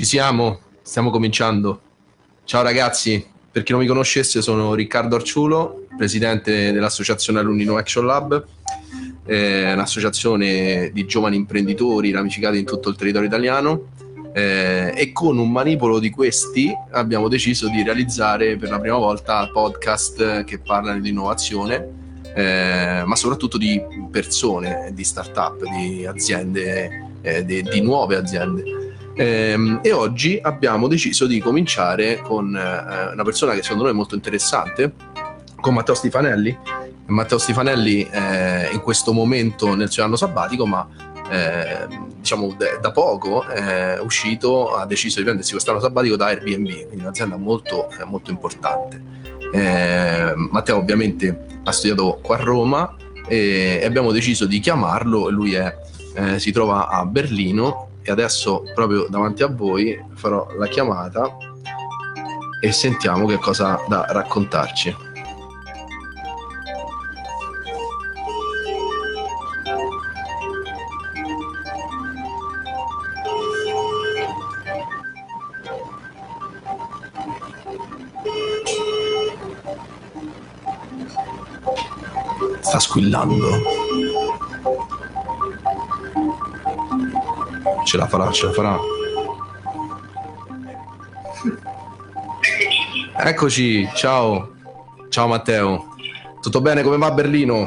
Ci siamo, stiamo cominciando. Ciao ragazzi, per chi non mi conoscesse sono Riccardo Arciulo, presidente dell'associazione Alunni No Action Lab, un'associazione di giovani imprenditori ramificati in tutto il territorio italiano, e con un manipolo di questi abbiamo deciso di realizzare per la prima volta podcast che parlano di innovazione, ma soprattutto di persone, di start-up, di aziende, di nuove aziende. E oggi abbiamo deciso di cominciare con una persona che secondo noi è molto interessante, con Matteo Stifanelli. Matteo Stifanelli in questo momento nel suo anno sabbatico, ma diciamo da poco è uscito, ha deciso di prendersi quest'anno sabbatico da Airbnb, quindi un'azienda molto importante. Matteo ovviamente ha studiato qua a Roma e abbiamo deciso di chiamarlo. Lui si trova a Berlino e adesso proprio davanti a voi farò la chiamata e sentiamo che cosa ha da raccontarci. Sta squillando. Ce la farà. Eccoci, ciao Matteo. Tutto bene? Come va a Berlino?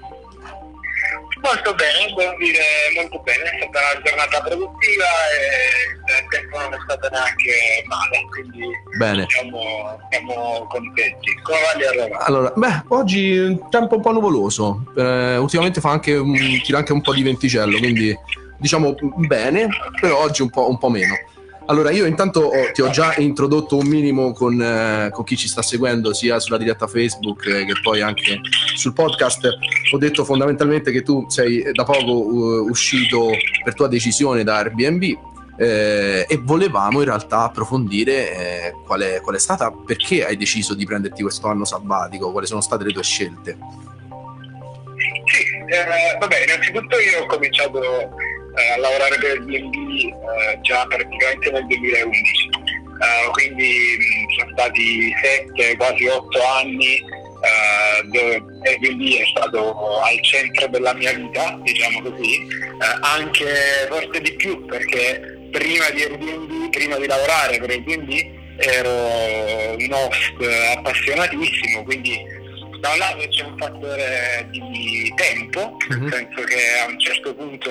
Molto bene, devo dire molto bene. È stata una giornata produttiva e il tempo non è stato neanche male, quindi bene. Siamo contenti. Come va lì a Roma? Allora, oggi tempo un po' nuvoloso, ultimamente tira anche un po' di venticello, quindi diciamo bene, però oggi un po' meno. Allora, io intanto ti ho già introdotto un minimo con chi ci sta seguendo, sia sulla diretta Facebook che poi anche sul podcast. Ho detto fondamentalmente che tu sei da poco uscito per tua decisione da Airbnb, e volevamo in realtà approfondire qual è stata, perché hai deciso di prenderti questo anno sabbatico, quali sono state le tue scelte? Sì, vabbè, innanzitutto io ho cominciato a lavorare per Airbnb già praticamente nel 2011, quindi sono stati 7, quasi 8 anni dove Airbnb è stato al centro della mia vita, diciamo così, anche forse di più, perché prima di Airbnb, prima di lavorare per Airbnb, ero un host appassionatissimo, quindi da un lato c'è un fattore di tempo, nel senso che a un certo punto,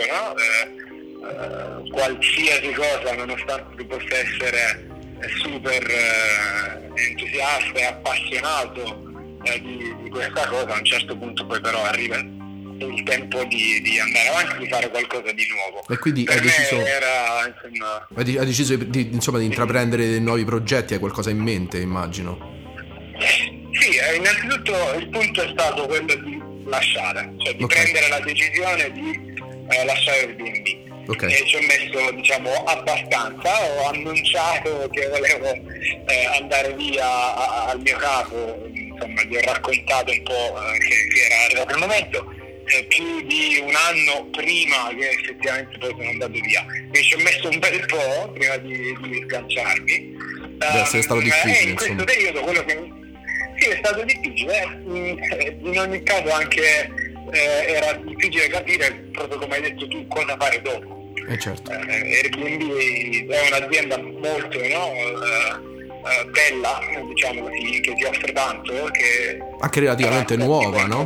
qualsiasi cosa, nonostante tu possa essere super entusiasta e appassionato di questa cosa, a un certo punto poi però arriva il tempo di andare avanti, di fare qualcosa di nuovo. E quindi per hai deciso, hai deciso di intraprendere dei nuovi progetti, hai qualcosa in mente, immagino. Sì, innanzitutto il punto è stato quello di lasciare, cioè di prendere la decisione di lasciare Airbnb. E ci ho messo, diciamo, abbastanza. Ho annunciato che volevo andare via al mio capo, insomma, gli ho raccontato un po' che era arrivato il momento, più di un anno prima che effettivamente poi sono andato via. Quindi ci ho messo un bel po' prima di sganciarmi. Deve essere stato difficile, in questo periodo quello che sì, è stato difficile, in ogni caso anche era difficile capire, proprio come hai detto tu, cosa fare dopo. Certo. Airbnb è un'azienda molto bella, diciamo così, che ti offre tanto, che anche relativamente nuova, no?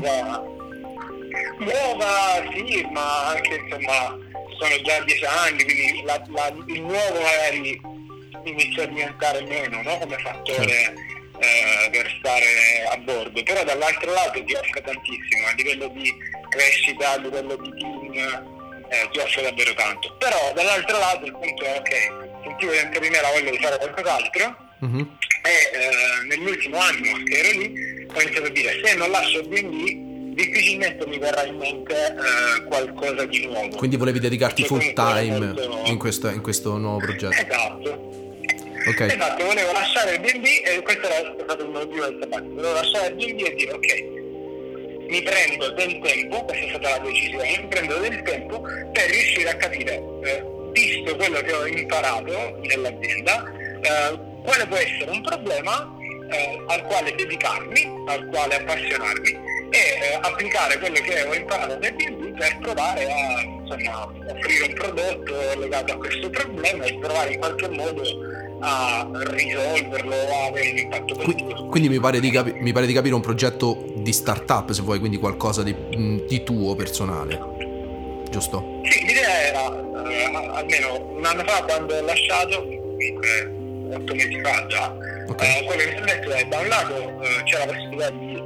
Nuova, sì, ma anche, insomma, sono già 10 anni, quindi il nuovo magari inizia a diventare meno, no? Come fattore. Certo. Per stare a bordo, però dall'altro lato ti offre tantissimo a livello di crescita, a livello di team, ti offre davvero tanto. Però dall'altro lato il punto è sentivo dentro di me la voglia di fare qualcos'altro, e nell'ultimo anno che ero lì ho iniziato a dire: se non lascio Airbnb difficilmente mi verrà in mente qualcosa di nuovo. Quindi volevi dedicarti full time in questo nuovo progetto? Esatto. Okay. Esatto, volevo lasciare Airbnb e questo era stato il motivo del sabbatico. Volevo lasciare Airbnb e dire: ok, mi prendo del tempo, questa è stata la decisione, mi prendo del tempo per riuscire a capire visto quello che ho imparato nell'azienda, quale può essere un problema al quale dedicarmi, al quale appassionarmi e applicare quello che ho imparato nel B&B per provare a offrire un prodotto legato a questo problema e provare in qualche modo a risolverlo o avere un impatto positivo. Quindi mi pare di capire un progetto di startup, se vuoi, quindi qualcosa di tuo personale, giusto? Sì, l'idea era almeno un anno fa, quando ho lasciato, comunque 8 mesi fa già, quello che mi sono detto è, da un lato c'è la possibilità di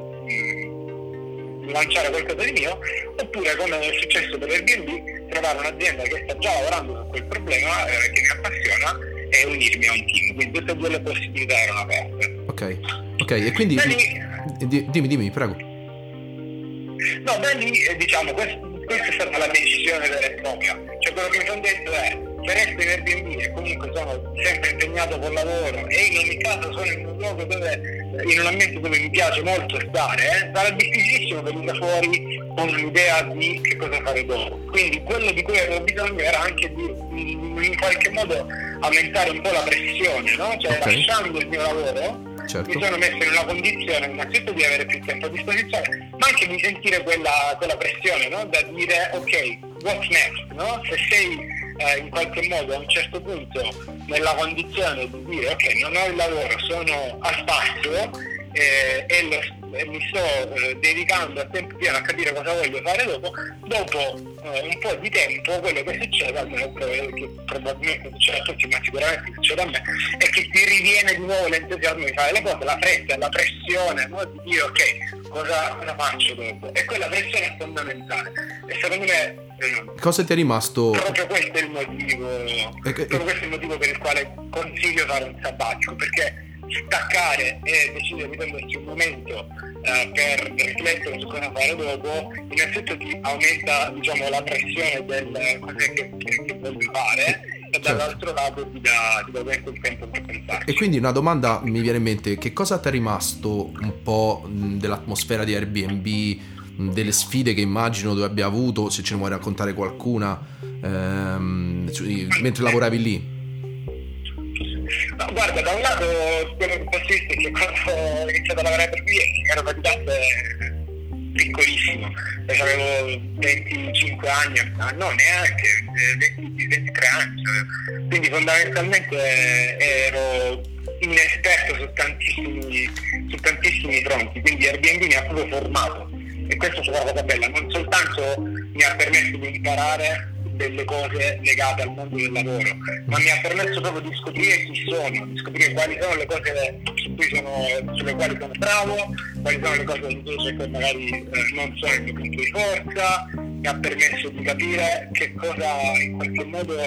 lanciare qualcosa di mio, oppure, come è successo per Airbnb, trovare un'azienda che sta già lavorando su quel problema che mi appassiona e unirmi a un team. Quindi tutte e due le possibilità erano aperte. Ok, e quindi dimmi, prego. No, da lì diciamo questa è stata la decisione vera e propria. Cioè, quello che mi sono detto è: se resto in Airbnb e comunque sono sempre impegnato col lavoro e in ogni caso sono in un luogo in un ambiente dove mi piace molto stare, sarà difficilissimo venire fuori con un'idea di che cosa fare dopo. Quindi quello di cui avevo bisogno era anche di in qualche modo aumentare un po' la pressione, no? Cioè, lasciando il mio lavoro, mi sono messo in una condizione innanzitutto di avere più tempo a disposizione, ma anche di sentire quella pressione, no? Da dire ok, what's next, no? Se sei in qualche modo a un certo punto nella condizione di dire ok, non ho il lavoro, sono a spazio e mi sto dedicando a tempo pieno a capire cosa voglio fare dopo un po' di tempo, quello che succede, almeno che probabilmente succede a tutti, ma sicuramente succede a me, è che ti riviene di nuovo l'entusiasmo di fare le cose, la fretta, la pressione, no? Di dire ok, cosa faccio dopo? E quella pressione è fondamentale. E secondo me cosa ti è rimasto? Proprio questo è il motivo, proprio questo è il motivo per il quale consiglio fare un sabbatico, perché staccare e decidere di prendersi un momento per riflettere su cosa fare dopo, innanzitutto ti aumenta, diciamo, la pressione del cos'è che voglio fare, e dall'altro lato ti dà veramente il tempo per pensarci. E quindi una domanda mi viene in mente: che cosa ti è rimasto un po' dell'atmosfera di Airbnb, delle sfide che immagino tu abbia avuto, se ce ne vuoi raccontare qualcuna, mentre lavoravi lì? No, guarda, da un lato quello che posso dire è che quando ho iniziato a lavorare per me ero praticamente piccolissimo, avevo 25 anni, no neanche, 23 anni, quindi fondamentalmente ero inesperto su tantissimi fronti, quindi Airbnb mi ha proprio formato, e questa è la cosa bella, non soltanto mi ha permesso di imparare delle cose legate al mondo del lavoro, ma mi ha permesso proprio di scoprire chi sono, di scoprire quali sono le cose sulle quali sono bravo, quali sono le cose invece che magari non sono il mio punto di forza, mi ha permesso di capire che cosa in qualche modo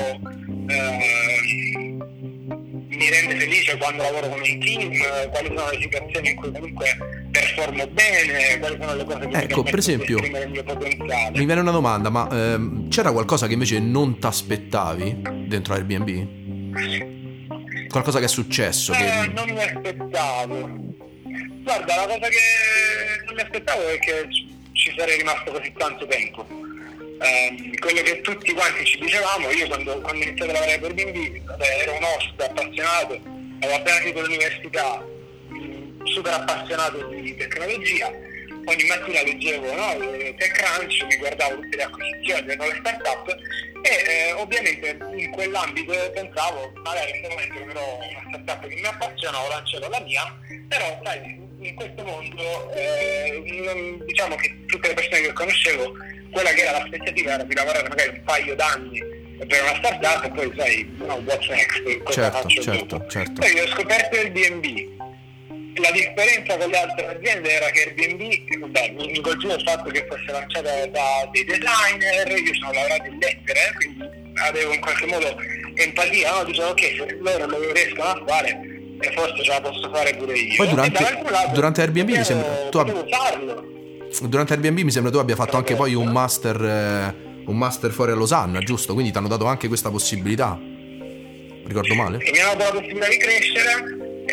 mi rende felice quando lavoro con un team, quali sono le situazioni in cui comunque performo bene, quali sono le cose che mi permettono per esempio, di esprimere il mio potenziale. Mi viene una domanda, ma c'era qualcosa che invece non ti aspettavi dentro Airbnb? Qualcosa che è successo? Non mi aspettavo. Guarda, la cosa che non mi aspettavo è che ci sarei rimasto così tanto tempo. Quello che tutti quanti ci dicevamo, io quando ho iniziato a lavorare per Airbnb, ero un host appassionato, avevo appena finito l'università, super appassionato di tecnologia, ogni mattina leggevo TechCrunch, mi guardavo tutte le acquisizioni delle nuove startup e ovviamente in quell'ambito pensavo magari in questo momento avrò una startup che mi appassiona, ho lanciato la mia, però sai, in questo mondo diciamo che tutte le persone che conoscevo, quella che era l'aspettativa era di lavorare magari un paio d'anni per una startup e poi sai, what's next, cosa faccio dopo. Certo. Poi ho scoperto Airbnb. La differenza con le altre aziende era che Airbnb mi colpiva il fatto che fosse lanciata da dei designer, io sono lavorato in lettere, quindi avevo in qualche modo empatia, no? Dicevo ok, se loro lo riescono a fare, forse ce la posso fare pure io. Poi durante Airbnb mi sembra durante Airbnb mi sembra tu abbia fatto anche poi un master fuori a Losanna, giusto? Quindi ti hanno dato anche questa possibilità, ricordo male? E mi hanno dato la possibilità di crescere,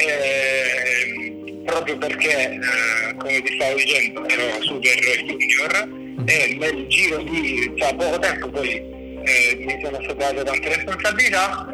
proprio perché come ti stavo dicendo ero super junior e nel giro di poco tempo poi mi sono stato dato tante responsabilità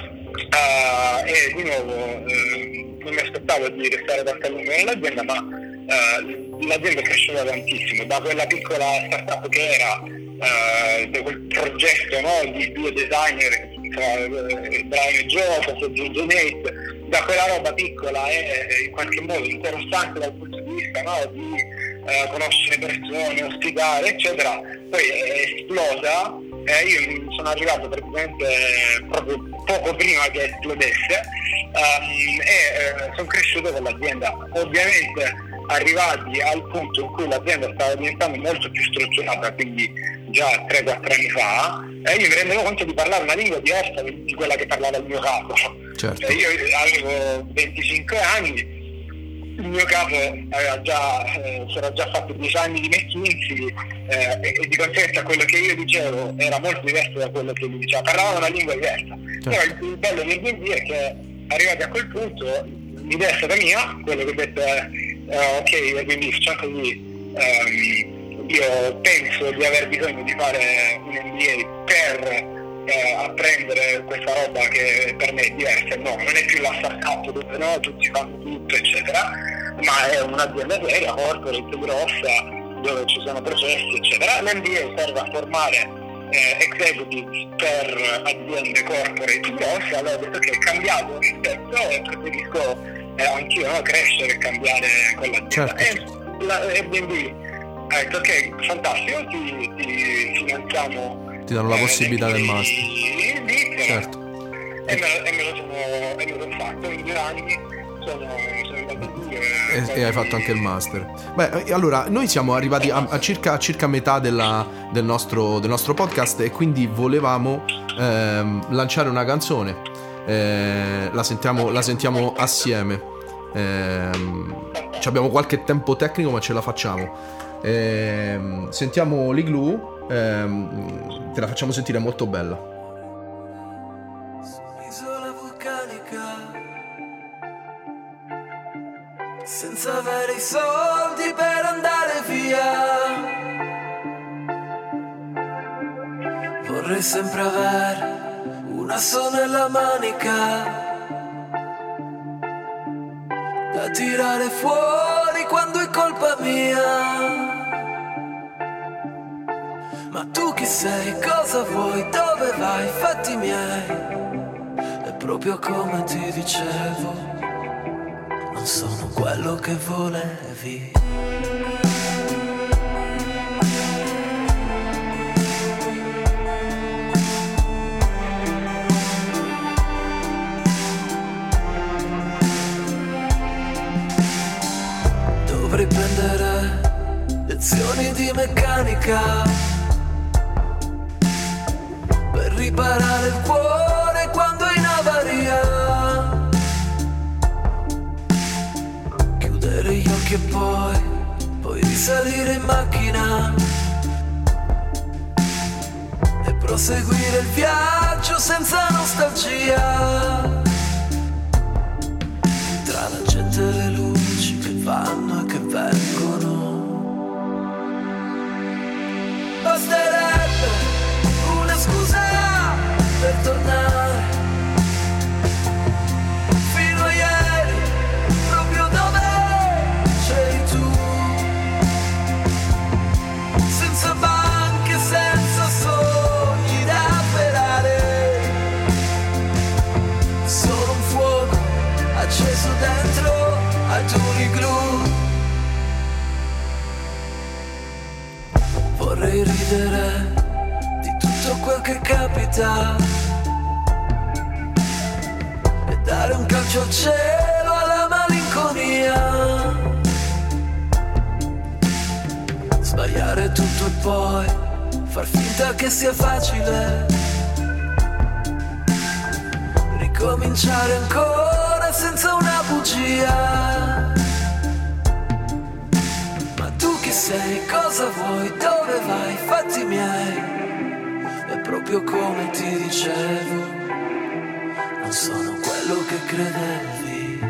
e di nuovo non mi aspettavo di restare tanto a lungo nell'azienda, ma l'azienda è cresciuta tantissimo, da quella piccola startup che era, da quel progetto, no, di due designer, Brian e Joe, Giorgio Nate, da quella roba piccola e in qualche modo interessante dal punto di vista, no, di conoscere persone, ospitare eccetera, poi è esplosa. Io sono arrivato praticamente proprio poco prima che esplodesse e sono cresciuto con l'azienda. Ovviamente arrivati al punto in cui l'azienda stava diventando molto più strutturata, quindi già 3-4 anni fa, io mi rendevo conto di parlare una lingua diversa di quella che parlava il mio capo. Certo. Io avevo 25 anni, il mio capo aveva già, si era già fatto 10 anni di McKinsey e di conseguenza quello che io dicevo era molto diverso da quello che lui diceva, parlavano una lingua diversa. Certo. Però il bello di Airbnb è che arrivati a quel punto l'idea è stata mia, quello che ho detto è ok Airbnb facciamo così, io penso di aver bisogno di fare un MBA per apprendere questa roba che per me è diversa. No, non è più la startup dove no, tutti fanno tutto eccetera, ma è un'azienda seria, corporate, grossa, dove ci sono processi eccetera. L'MBA serve a formare executives per aziende corporate grosse. Allora ho detto che è cambiato rispetto e preferisco anch'io, no, crescere e cambiare con l'azienda. Certo. E Airbnb ha detto ok, fantastico, ti finanziamo, ti danno la possibilità del master. Certo. E me lo sono fatto in 2 anni, sono andato via e hai fatto anche il master. Beh, allora noi siamo arrivati a circa metà del nostro podcast e quindi volevamo lanciare una canzone. La sentiamo assieme. Abbiamo qualche tempo tecnico, ma ce la facciamo. Sentiamo l'Igloo. Te la facciamo sentire, molto bella. Isola vulcanica, senza avere i soldi per andare via. Vorrei sempre avere una sola nella manica da tirare fuori quando è colpa mia. Ma tu chi sei, cosa vuoi, dove vai, fatti miei. È proprio come ti dicevo, non sono quello che volevi. Dovrei prendere lezioni di meccanica per riparare il cuore quando è in avaria. Chiudere gli occhi e poi risalire in macchina e proseguire il viaggio senza nostalgia. Tra la gente e le luci che vanno e che vengono, basterebbe una scusa per tornare fino a ieri, proprio dove c'eri tu, senza banche, senza sogni da avverare, solo un fuoco acceso dentro al tuo igloo. Vorrei ridere di tutto quel che capita e dare un calcio al cielo alla malinconia, sbagliare tutto e poi far finta che sia facile, ricominciare ancora senza una bugia. Ma tu chi sei, cosa vuoi, dove vai, fatti miei. È proprio come ti dicevo, non sono quello che credevi.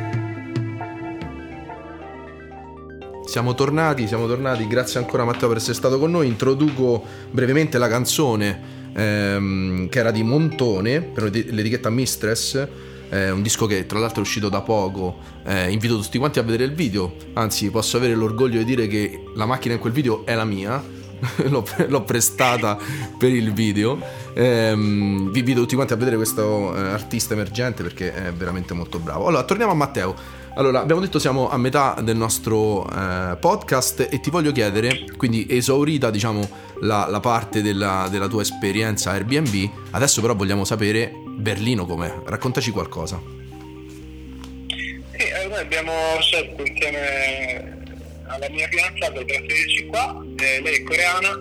Siamo tornati, grazie ancora Matteo per essere stato con noi. Introduco brevemente la canzone che era di Montone per l'etichetta Mistress, un disco che tra l'altro è uscito da poco. Invito tutti quanti a vedere il video, anzi posso avere l'orgoglio di dire che la macchina in quel video è la mia. l'ho prestata per il video. Vi invito tutti quanti a vedere questo artista emergente perché è veramente molto bravo. Allora torniamo a Matteo. Allora, abbiamo detto siamo a metà del nostro podcast e ti voglio chiedere, quindi esaurita diciamo la parte della tua esperienza Airbnb, adesso però vogliamo sapere Berlino com'è, raccontaci qualcosa. Noi abbiamo scelto insieme alla mia fidanzata di trasferirci qua, lei è coreana,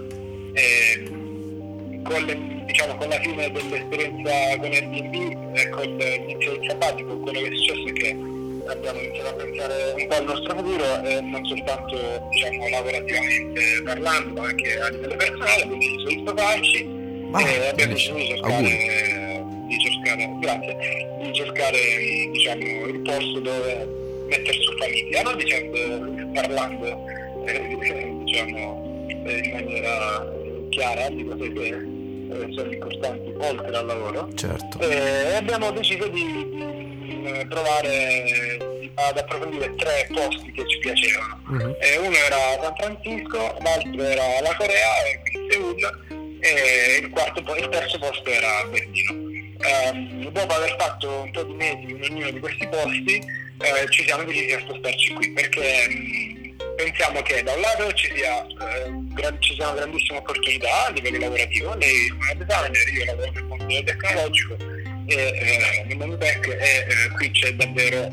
con la fine dell'esperienza con Airbnb e con l'inizio del sabbatico, quello che è successo è che abbiamo iniziato a pensare un po' al nostro futuro, non soltanto lavorativamente parlando, ma anche a livello personale, quindi abbiamo deciso di sposarci e abbiamo deciso di cercare il posto dove mettere su famiglia, non dicendo, parlando in maniera chiara di cose che sono importanti oltre al lavoro. Certo. E abbiamo deciso di provare ad approfondire 3 posti che ci piacevano. Uno era San Francisco, l'altro era la Corea e quindi Seoul, e il terzo posto era Berlino. Dopo aver fatto un po' di mesi in ognuno di questi posti, ci siamo decisi a spostarci qui perché pensiamo che da un lato ci siano grandissime opportunità a livello lavorativo. Lei è una designer, io lavoro nel mondo tecnologico e nel mondo tech, e qui c'è davvero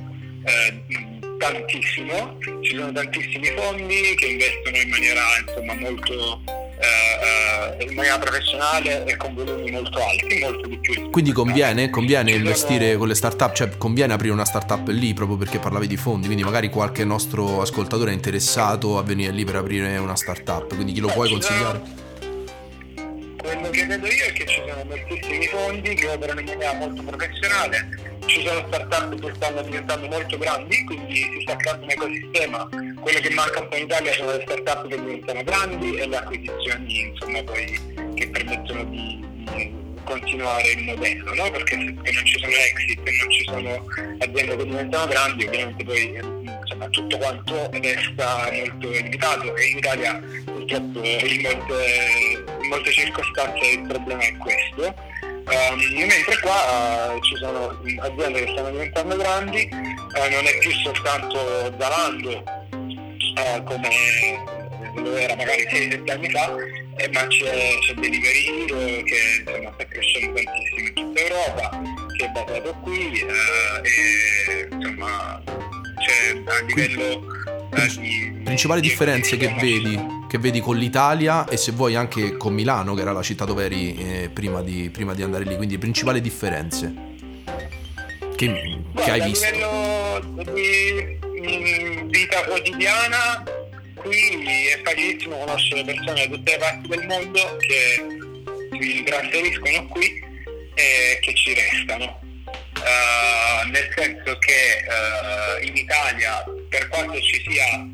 tantissimo, ci sono tantissimi fondi che investono in maniera molto in maniera professionale e con volumi molto alti, molto di più. Quindi conviene investire con le startup, cioè conviene aprire una startup lì proprio perché parlavi di fondi, quindi magari qualche nostro ascoltatore è interessato a venire lì per aprire una startup, quindi chi lo puoi consigliare? Quello che vedo io è che ci sono moltissimi fondi che operano in maniera molto professionale, ci sono startup che stanno diventando molto grandi, quindi si sta creando un ecosistema. Quello che manca un po' in Italia sono le startup che diventano grandi e le acquisizioni poi che permettono di continuare il modello, no? Perché se non ci sono exit e non ci sono aziende che diventano grandi, ovviamente poi tutto quanto resta molto limitato, e in Italia purtroppo in molte circostanze il problema è questo. Mentre qua ci sono aziende che stanno diventando grandi, non è più soltanto Zalando come lo era magari 6-7 anni fa, ma c'è Delivery che sta crescendo tantissimo in tutta Europa, che è basato qui, e c'è a livello di principali differenze che vedi con l'Italia e se vuoi anche con Milano, che era la città dove eri prima di andare lì, quindi principali differenze che hai visto. A livello di vita quotidiana qui è facilissimo conoscere persone da tutte le parti del mondo che si trasferiscono qui e che ci restano. Nel senso che in Italia, per quanto ci sia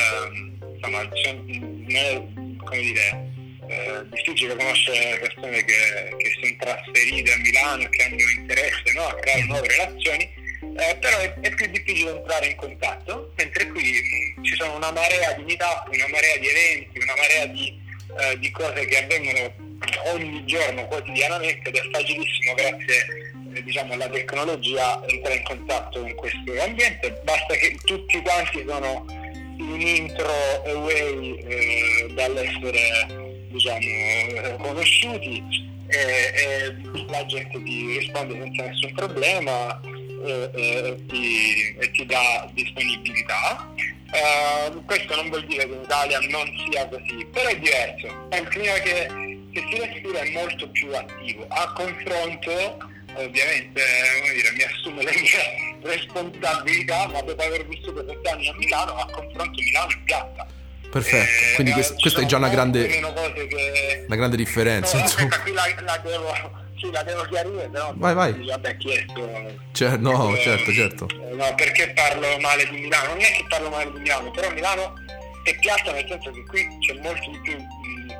difficile conoscere persone che sono trasferite a Milano e che hanno interesse, no, a creare nuove relazioni, però è più difficile entrare in contatto, mentre qui ci sono una marea di meetup, una marea di eventi, una marea di cose che avvengono ogni giorno, quotidianamente, ed è facilissimo grazie alla tecnologia entrare in contatto con questo ambiente. Basta che tutti quanti sono in intro away dall'essere conosciuti, e la gente ti risponde senza nessun problema e ti dà disponibilità. Questo non vuol dire che in Italia non sia così, però è diverso. Il clima che si respira è molto più attivo. A confronto, ovviamente, mi assumo le mie responsabilità, ma dopo aver vissuto 7 anni a Milano, a confronto Milano è piatta. Perfetto, quindi questa è già una grande differenza. No, aspetta, qui la devo chiarire, però vai. Vabbè, chiesto. Certo. No, perché parlo male di Milano? Non è che parlo male di Milano, però Milano è piatta nel senso che qui c'è molto di più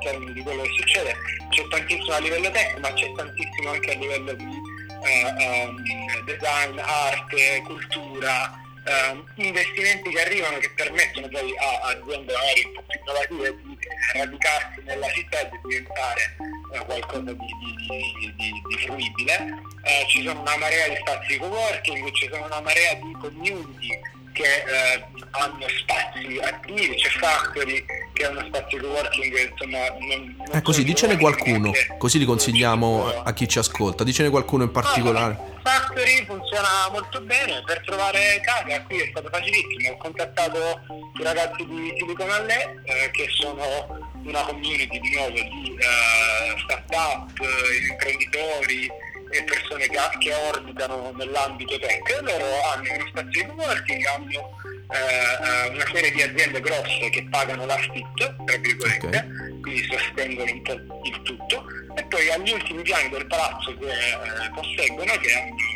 termini di quello che succede. C'è tantissimo a livello tecnico, ma c'è tantissimo anche a livello di design, arte, cultura, investimenti che arrivano, che permettono poi a aziende magari un po' più innovative di radicarsi nella città e di diventare qualcosa di fruibile. Ci sono una marea di spazi di coworking, ci sono una marea di community che hanno spazi attivi, c'è Factory che è uno spazio di coworking, insomma non così dicene qualcuno, così li consigliamo a chi ci ascolta, dicene qualcuno in particolare. Factory funziona molto bene per trovare casa, qui è stato facilissimo. Ho contattato i ragazzi di Silicon Valley che sono una community di nuovo di start-up, imprenditori e persone che orbitano nell'ambito tech. Loro hanno uno spazio di coworking, hanno una serie di aziende grosse che pagano l'affitto, tra virgolette, quindi sostengono un po' il tutto, e poi agli ultimi piani del palazzo che posseggono, che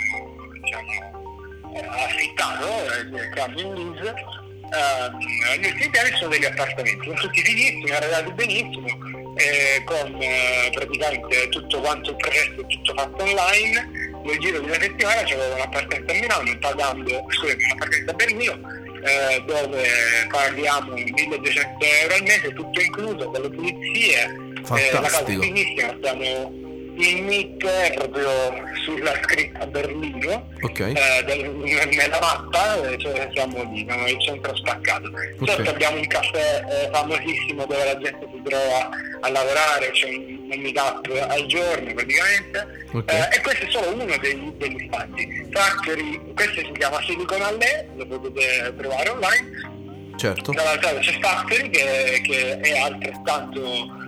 hanno affittato, che hanno in lease, gli ultimi piani sono degli appartamenti, sono tutti fighissimi, arredati benissimo, con praticamente tutto quanto il processo è tutto fatto online. Nel giro di una settimana c'avevo un appartamento a Milano, pagando un appartamento a Berlino, dove paghiamo 1.200 euro al mese, tutto incluso, con le pulizie. La casa è finissima, stiamo in MIT proprio sulla scritta Berlino, nella mappa, cioè siamo lì, il centro spaccato. Certo, abbiamo un caffè famosissimo dove la gente si trova a lavorare, c'è un meetup al giorno praticamente, e questo è solo uno degli spazi. Factory, questo si chiama Silicon Valley, lo potete trovare online. Certo. Dall'altra parte c'è Factory che è altrettanto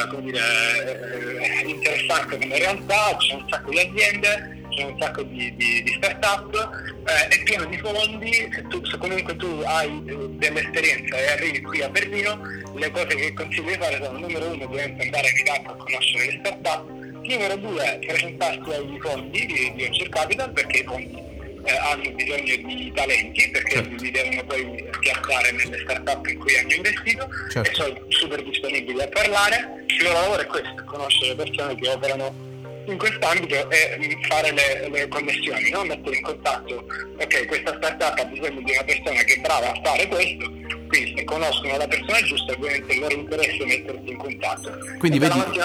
interessante come realtà, c'è un sacco di aziende, c'è un sacco di start-up, è pieno di fondi. Se comunque tu hai dell'esperienza e arrivi qui a Berlino, le cose che consiglio di fare sono: numero 1, ovviamente andare a meetup a conoscere le start-up; numero 2, presentarsi ai fondi di Venture Capital, perché i fondi hanno bisogno di talenti, perché li devono poi piazzare nelle start-up in cui hanno investito, e sono super disponibili a parlare. Il loro lavoro è questo: conoscere persone che operano in quest'ambito e fare le connessioni, no? Mettere in contatto, questa startup ha bisogno di una persona che è brava a fare questo, quindi se conoscono la persona giusta, ovviamente il loro interesse è mettersi in contatto. Quindi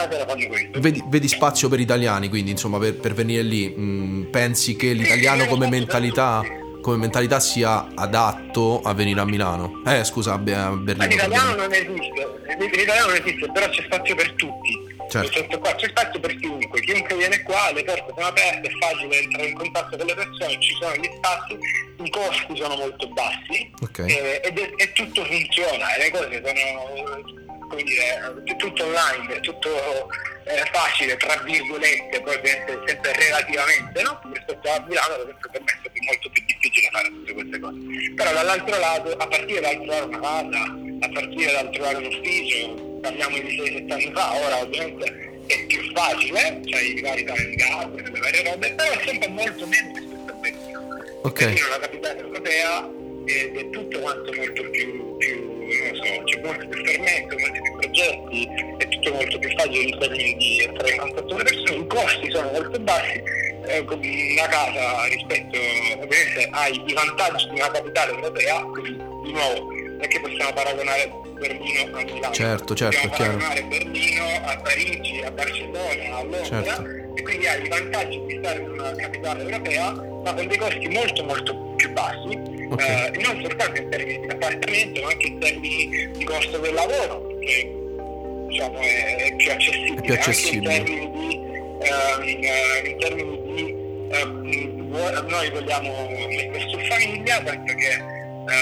vedi spazio per italiani, quindi insomma per venire lì. Pensi che l'italiano come mentalità sia adatto a venire a Milano? Scusa, a Berlino. L'italiano non esiste, però c'è spazio per tutti. Certo. Qua c'è spazio per chiunque viene qua, le porte sono aperte, è facile entrare in contatto con le persone, ci sono gli spazi, i costi sono molto bassi, e tutto funziona, e le cose sono, come dire, tutto online, tutto facile, tra virgolette, poi sempre relativamente, no? Rispetto a Milano, per me è molto più difficile fare tutte queste cose. Però dall'altro lato, a partire dal trovare una casa, a partire dal trovare un ufficio, parliamo di 6-7 anni fa, ora ovviamente è più facile, cioè i vari time gas, le varie robe, però è sempre molto meno rispetto a Berlino. Berlino è una capitale europea ed è tutto quanto molto più non so, c'è molto più fermento, molti più progetti, è tutto molto più facile in termini di entrare in contatto con le persone, i costi sono molto bassi. Una casa rispetto, ovviamente hai i vantaggi di una capitale europea, quindi di nuovo perché possiamo paragonare Berlino a Milano, possiamo paragonare Berlino a Parigi, a Barcellona, a Londra, e quindi hai i vantaggi di stare in una capitale europea ma con dei costi molto molto più bassi, non soltanto in termini di appartamento ma anche in termini di costo del lavoro, che diciamo è più accessibile, anche in termini di noi vogliamo mettere su famiglia, tanto che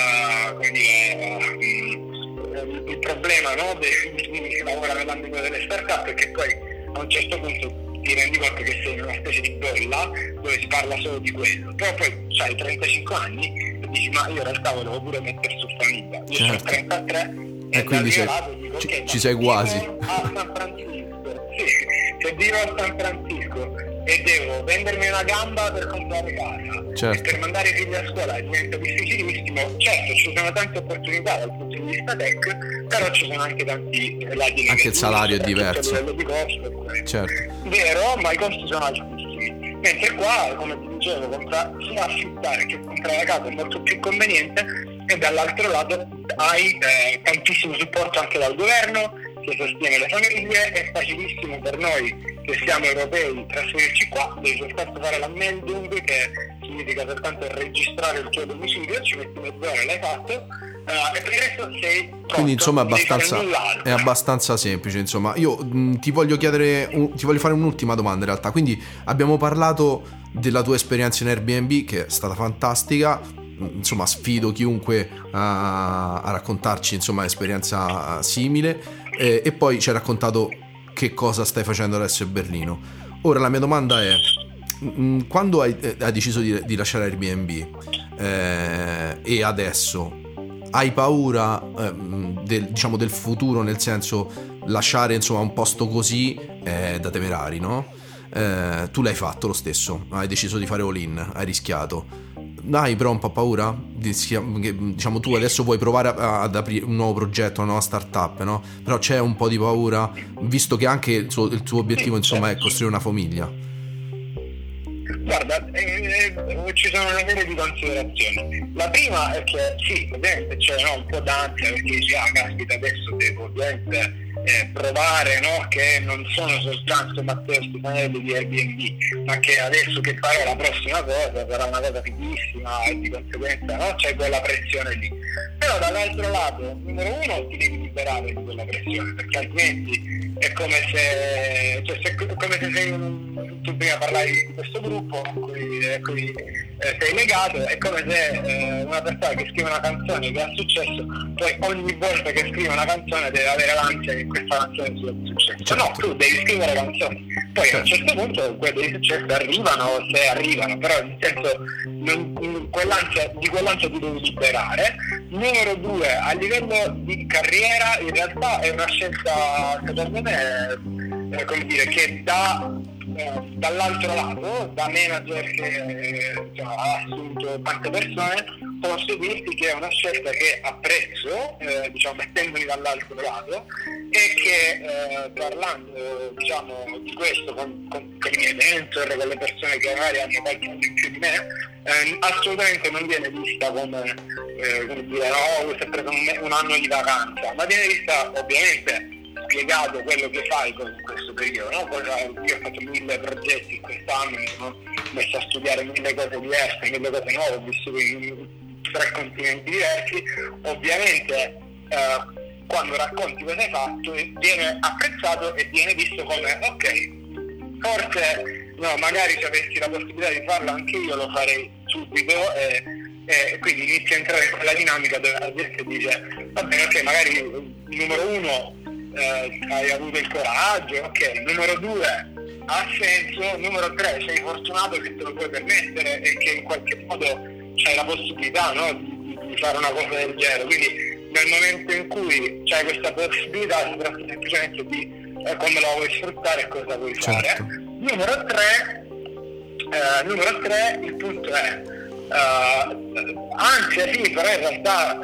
il problema, no, di chi lavora nell'ambito delle start-up è che poi a un certo punto ti rendi conto che sei in una specie di bolla dove si parla solo di quello, però poi hai 35 anni e dici: ma io in realtà volevo pure mettere su famiglia, io sono 33 e quindi ci sei quasi a San Francisco, se vivo a San Francisco e devo vendermi una gamba per comprare casa, certo, e per mandare i figli a scuola diventa difficilissimo. Certo, ci sono tante opportunità dal punto di vista tech, però ci sono anche tanti lati negativi. Anche il salario è diverso. A livello di costo, certo. Vero, ma i costi sono altissimi. Mentre qua, come ti dicevo, sia affittare che comprare la casa è molto più conveniente, e dall'altro lato hai tantissimo supporto anche dal governo che sostiene le famiglie. È facilissimo per noi che siamo europei trasferirci qua, devi soltanto fare l'ammeldung, che significa soltanto registrare il tuo domicilio, ci metti mezz'ora, l'hai fatto, e per il resto sei pronto. Quindi insomma è abbastanza semplice. Insomma, io ti voglio fare un'ultima domanda in realtà. Quindi abbiamo parlato della tua esperienza in Airbnb, che è stata fantastica. Insomma, sfido chiunque a raccontarci insomma un'esperienza simile, e poi ci hai raccontato che cosa stai facendo adesso a Berlino. Ora la mia domanda è: quando hai deciso di lasciare Airbnb e adesso hai paura del futuro, nel senso, lasciare insomma un posto così da temerari, no? Tu l'hai fatto lo stesso, hai deciso di fare all-in, hai rischiato. Hai però un po' paura? Diciamo, tu adesso vuoi provare ad aprire un nuovo progetto, una nuova startup, no? Però c'è un po' di paura, visto che anche il tuo obiettivo insomma è costruire una famiglia. Guarda, ci sono una serie di considerazioni. La prima è che sì, ovviamente c'è un po' d'ansia, perché dici, caspita, adesso devo ovviamente provare, no? Che non sono soltanto Matteo Stefanelli di Airbnb, ma che adesso che farò la prossima cosa sarà una cosa fighissima, e di conseguenza, no? C'è quella pressione lì. Però dall'altro lato, numero uno, ti devi liberare di quella pressione, perché altrimenti è come se tu prima parlavi di questo gruppo a cui sei legato. È come se una persona che scrive una canzone che ha successo, poi ogni volta che scrive una canzone deve avere l'ansia che questa canzone sia successo. Certo. No, tu devi scrivere canzoni, poi a un certo punto quelli di successo arrivano, se arrivano, però nel senso di quell'ansia ti devi liberare. Numero due, a livello di carriera in realtà è una scelta, secondo me, come dire, che dall'altro lato, da manager che ha assunto tante persone, posso dirti che è una scelta che apprezzo, mettendomi dall'altro lato, e che parlando di questo con i miei mentor, con le persone che magari hanno qualche anno in più di me, assolutamente non viene vista come dire, no, si è preso un anno di vacanza, ma viene vista ovviamente spiegato quello che fai in questo periodo, no? Io ho fatto 1000 progetti in quest'anno, mi sono messo a studiare 1000 cose diverse, 1000 cose nuove, ho vissuto in 3 continenti diversi. Ovviamente quando racconti cosa hai fatto viene apprezzato e viene visto come ok, forse no, magari se avessi la possibilità di farlo anche io lo farei subito, e quindi inizia a entrare in quella dinamica dove la gente dice va bene, ok, magari numero uno hai avuto il coraggio, ok, numero 2 ha senso, numero 3 sei fortunato che te lo puoi permettere e che in qualche modo c'hai la possibilità, no, di fare una cosa del genere. Quindi nel momento in cui c'hai questa possibilità si tratta semplicemente di come la vuoi sfruttare e cosa vuoi fare. Numero 3 il punto è ansia sì, però in realtà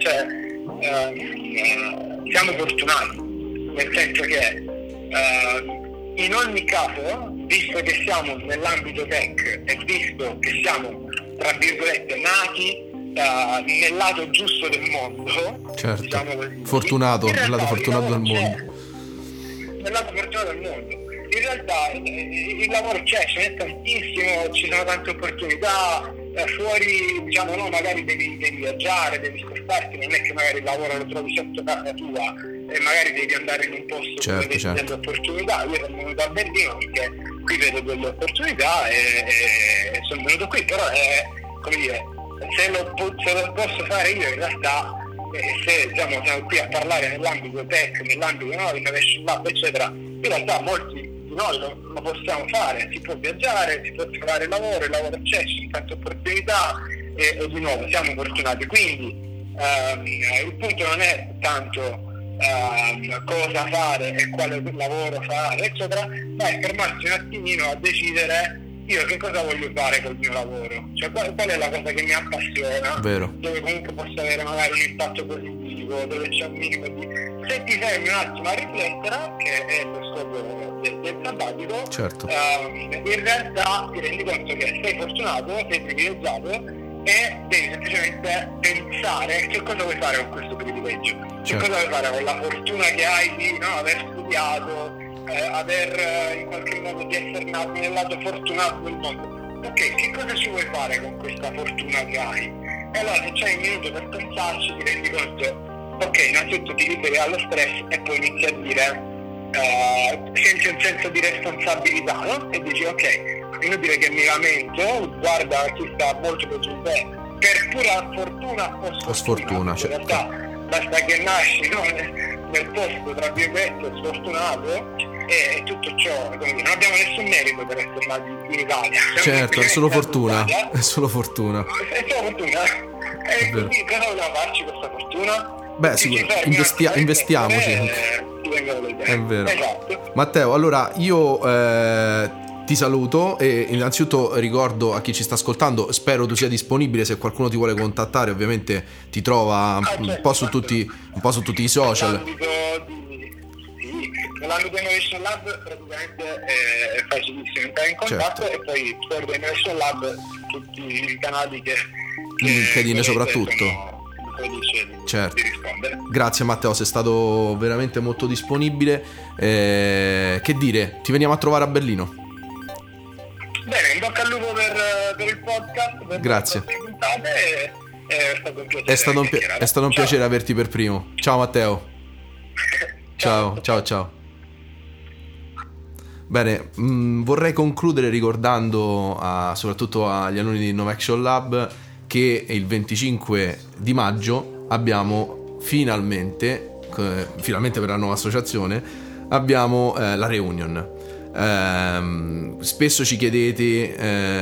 siamo fortunati, nel senso che in ogni caso, visto che siamo nell'ambito tech e visto che siamo tra virgolette nati nel lato giusto del mondo, certo, diciamo così, fortunato, nel lato fortunato del mondo, nel lato fortunato del mondo, in realtà il lavoro c'è, ce n'è tantissimo, ci sono tante opportunità. Fuori, no, magari devi viaggiare, devi spostarti, non è che magari il lavoro lo trovi sotto casa tua e magari devi andare in un posto dove vedi delle opportunità. Io sono venuto a Berlino perché qui vedo delle opportunità e sono venuto qui, però è, come dire, se lo posso fare io in realtà, se siamo qui a parlare nell'ambito tech, nell'ambito innovation lab eccetera, in realtà molti noi lo possiamo fare, si può viaggiare, si può trovare lavoro, il lavoro c'è, ci sono tante opportunità e di nuovo siamo fortunati. Quindi il punto non è tanto cosa fare e quale lavoro fare, eccetera, ma è fermarsi un attimino a decidere io che cosa voglio fare col mio lavoro, cioè qual è la cosa che mi appassiona, Vero. dove comunque posso avere magari un impatto positivo, dove c'è un minimo di... Se ti fermi un attimo a riflettere, che è lo scopo del sabbatico, Certo. In realtà ti rendi conto che sei fortunato, sei privilegiato e devi semplicemente pensare che cosa vuoi fare con questo privilegio, che cosa vuoi fare con la fortuna che hai di aver studiato, aver in qualche modo di essere nato nel lato fortunato del mondo. Ok, che cosa ci vuoi fare con questa fortuna che hai? E allora se c'hai un minuto per pensarci ti rendi conto, ok, innanzitutto ti liberi dallo stress e poi inizi a dire senti un senso di responsabilità, no? E dici ok, è inutile che mi lamento, guarda chi sta molto peggio di te, per pura fortuna o sfortuna, certo. In realtà basta che nasci, no? Nel posto tra virgolette sfortunato e tutto ciò, quindi non abbiamo nessun merito per essere nati in Italia. Certo, è solo fortuna, è solo fortuna. È solo fortuna. E quindi cosa vogliamo farci questa fortuna? Beh, sicuramente investiamoci. È vero. Esatto. Matteo, allora io ti saluto e innanzitutto ricordo a chi ci sta ascoltando, spero tu sia disponibile, se qualcuno ti vuole contattare ovviamente ti trova un po' su tutti i social. Nell'ambito di Innovation Lab praticamente è facilissimo entrare in contatto, certo. E poi fuori da Innovation Lab tutti i canali che LinkedIn soprattutto. Certo. Di rispondere. Grazie Matteo, sei stato veramente molto disponibile. Che dire, ti veniamo a trovare a Berlino. Bene, in bocca al lupo per il podcast. Grazie. È stato un piacere. È stato un piacere averti per primo. Ciao Matteo. Ciao. Bene, vorrei concludere ricordando soprattutto agli alunni di Innovation Lab che il 25 di maggio abbiamo finalmente per la nuova associazione abbiamo la reunion. Spesso ci chiedete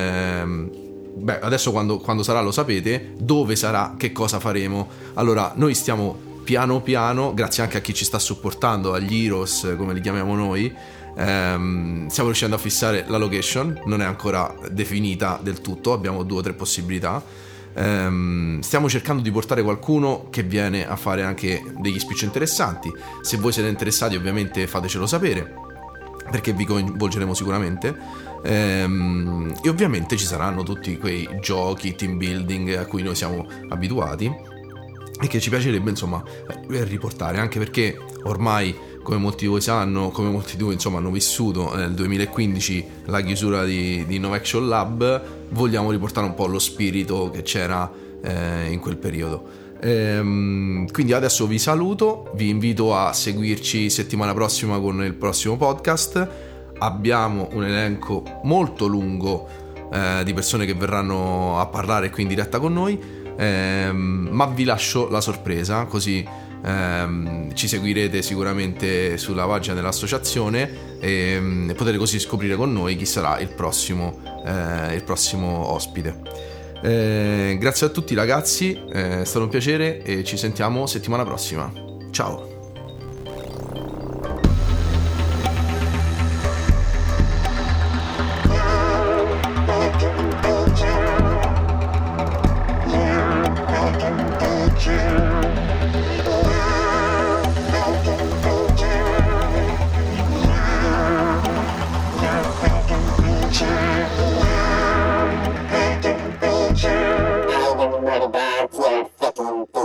adesso quando sarà lo sapete, dove sarà, che cosa faremo. Allora noi stiamo piano piano, grazie anche a chi ci sta supportando, agli Heroes come li chiamiamo noi, stiamo riuscendo a fissare la location, non è ancora definita del tutto, abbiamo 2 o 3 possibilità. Stiamo cercando di portare qualcuno che viene a fare anche degli speech interessanti. Se voi siete interessati ovviamente fatecelo sapere, perché vi coinvolgeremo sicuramente. E ovviamente ci saranno tutti quei giochi team building a cui noi siamo abituati e che ci piacerebbe insomma riportare, anche perché ormai, come molti di voi sanno, come molti di voi insomma hanno vissuto nel 2015 la chiusura di Innovation Lab, vogliamo riportare un po' lo spirito che c'era in quel periodo. Quindi adesso vi saluto, vi invito a seguirci settimana prossima con il prossimo podcast. Abbiamo un elenco molto lungo di persone che verranno a parlare qui in diretta con noi, ma vi lascio la sorpresa, così ci seguirete sicuramente sulla pagina dell'associazione e potete così scoprire con noi chi sarà il prossimo ospite. Grazie a tutti ragazzi, è stato un piacere e ci sentiamo settimana prossima. Ciao. What about